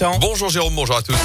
Nathan. Bonjour Jérôme, bonjour à tous.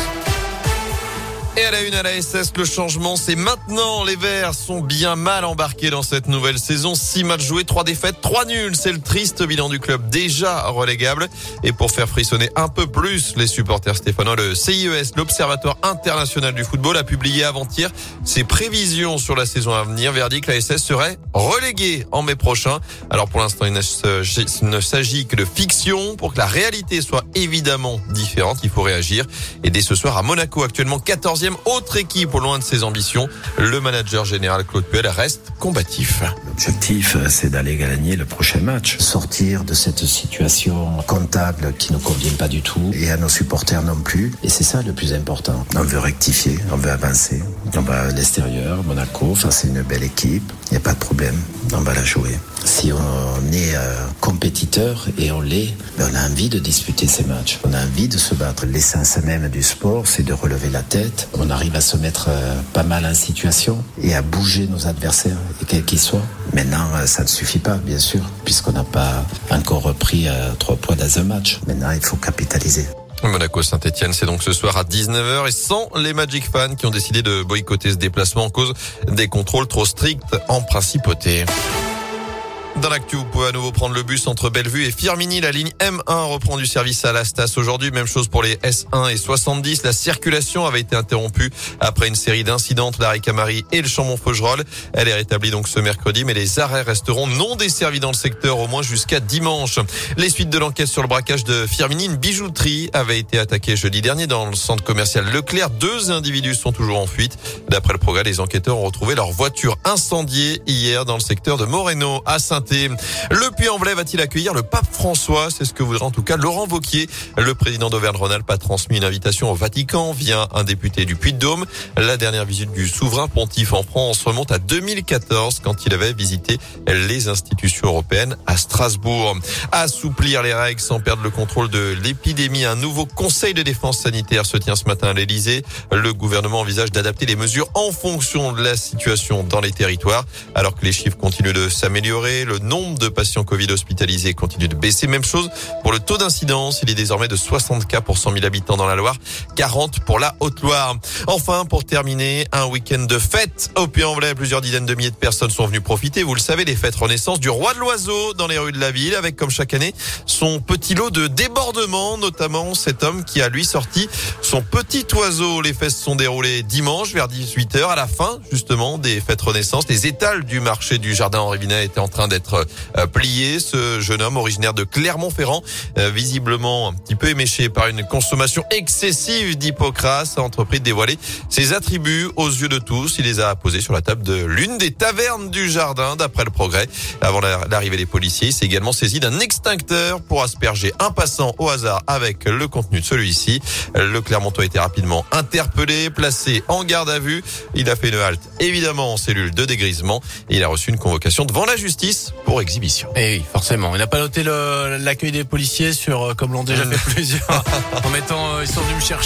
Et à la une à la SS, le changement, c'est maintenant. Les Verts sont bien mal embarqués dans cette nouvelle saison. 6 matchs joués, 3 défaites, 3 nuls. C'est le triste bilan du club déjà relégable. Et pour faire frissonner un peu plus les supporters stéphanois, le CIES, l'Observatoire international du football, a publié avant-hier ses prévisions sur la saison à venir. Verdict, la SS serait reléguée en mai prochain. Alors pour l'instant, il ne s'agit que de fiction. Pour que la réalité soit évidemment différente, il faut réagir. Et dès ce soir à Monaco, actuellement 14e, autre équipe au loin de ses ambitions, le manager général Claude Puel reste combatif. L'objectif, c'est d'aller gagner le prochain match, sortir de cette situation comptable qui ne convient pas du tout et à nos supporters non plus. Et c'est ça le plus important. On veut rectifier, on veut avancer. On va à l'extérieur, Monaco, c'est une belle équipe, il n'y a pas de problème, on va la jouer. Si on est compétiteur, et on l'est, on a envie de disputer ces matchs, on a envie de se battre. L'essence même du sport, c'est de relever la tête. On arrive à se mettre pas mal en situation et à bouger nos adversaires, quels qu'ils soient. Maintenant, ça ne suffit pas, bien sûr, puisqu'on n'a pas encore repris 3 points dans un match. Maintenant, il faut capitaliser. Monaco-Saint-Etienne, c'est donc ce soir à 19h et sans les Magic fans qui ont décidé de boycotter ce déplacement en cause des contrôles trop stricts en principauté. Dans l'actu, vous pouvez à nouveau prendre le bus entre Bellevue et Firminy. La ligne M1 reprend du service à Lastas aujourd'hui. Même chose pour les S1 et 70. La circulation avait été interrompue après une série d'incidents entre la Ricamari et le Chambon-Faugerolles. Elle est rétablie donc ce mercredi, mais les arrêts resteront non desservis dans le secteur au moins jusqu'à dimanche. Les suites de l'enquête sur le braquage de Firminy, une bijouterie avait été attaquée jeudi dernier dans le centre commercial Leclerc. 2 individus sont toujours en fuite. D'après le progrès, les enquêteurs ont retrouvé leur voiture incendiée hier dans le secteur de Moreno à Saint-Étienne. Le Puy-en-Velay va-t-il accueillir le pape François? C'est ce que voudrait en tout cas Laurent Wauquiez. Le président d'Auvergne-Rhône-Alpes a transmis une invitation au Vatican via un député du Puy-de-Dôme. La dernière visite du souverain pontife en France remonte à 2014 quand il avait visité les institutions européennes à Strasbourg. Assouplir les règles sans perdre le contrôle de l'épidémie. Un nouveau conseil de défense sanitaire se tient ce matin à l'Elysée. Le gouvernement envisage d'adapter les mesures en fonction de la situation dans les territoires. Alors que les chiffres continuent de s'améliorer, le nombre de patients Covid hospitalisés continue de baisser. Même chose pour le taux d'incidence. Il est désormais de 60 cas pour 100 000 habitants dans la Loire, 40 pour la Haute-Loire. Enfin, pour terminer, un week-end de fête au Puy-en-Velay. Plusieurs dizaines de milliers de personnes sont venues profiter. Vous le savez, les fêtes Renaissance du Roi de l'Oiseau dans les rues de la ville, avec comme chaque année son petit lot de débordements, notamment cet homme qui a lui sorti son petit oiseau. Les fêtes se sont déroulées dimanche vers 18h à la fin justement des fêtes Renaissance. Les étals du marché du jardin Henri Vinet étaient en train d'être plié. Ce jeune homme originaire de Clermont-Ferrand, visiblement un petit peu éméché par une consommation excessive d'Hippocrate, a entrepris de dévoiler ses attributs aux yeux de tous. Il les a posés sur la table de l'une des tavernes du jardin, d'après le progrès. Avant l'arrivée des policiers, il s'est également saisi d'un extincteur pour asperger un passant au hasard avec le contenu de celui-ci. Le Clermontois a été rapidement interpellé, placé en garde à vue. Il a fait une halte, évidemment, en cellule de dégrisement et il a reçu une convocation devant la justice pour exhibition. Et oui, forcément. Il n'a pas noté l'accueil des policiers comme l'ont déjà fait plusieurs, en mettant, ils sont venus me chercher.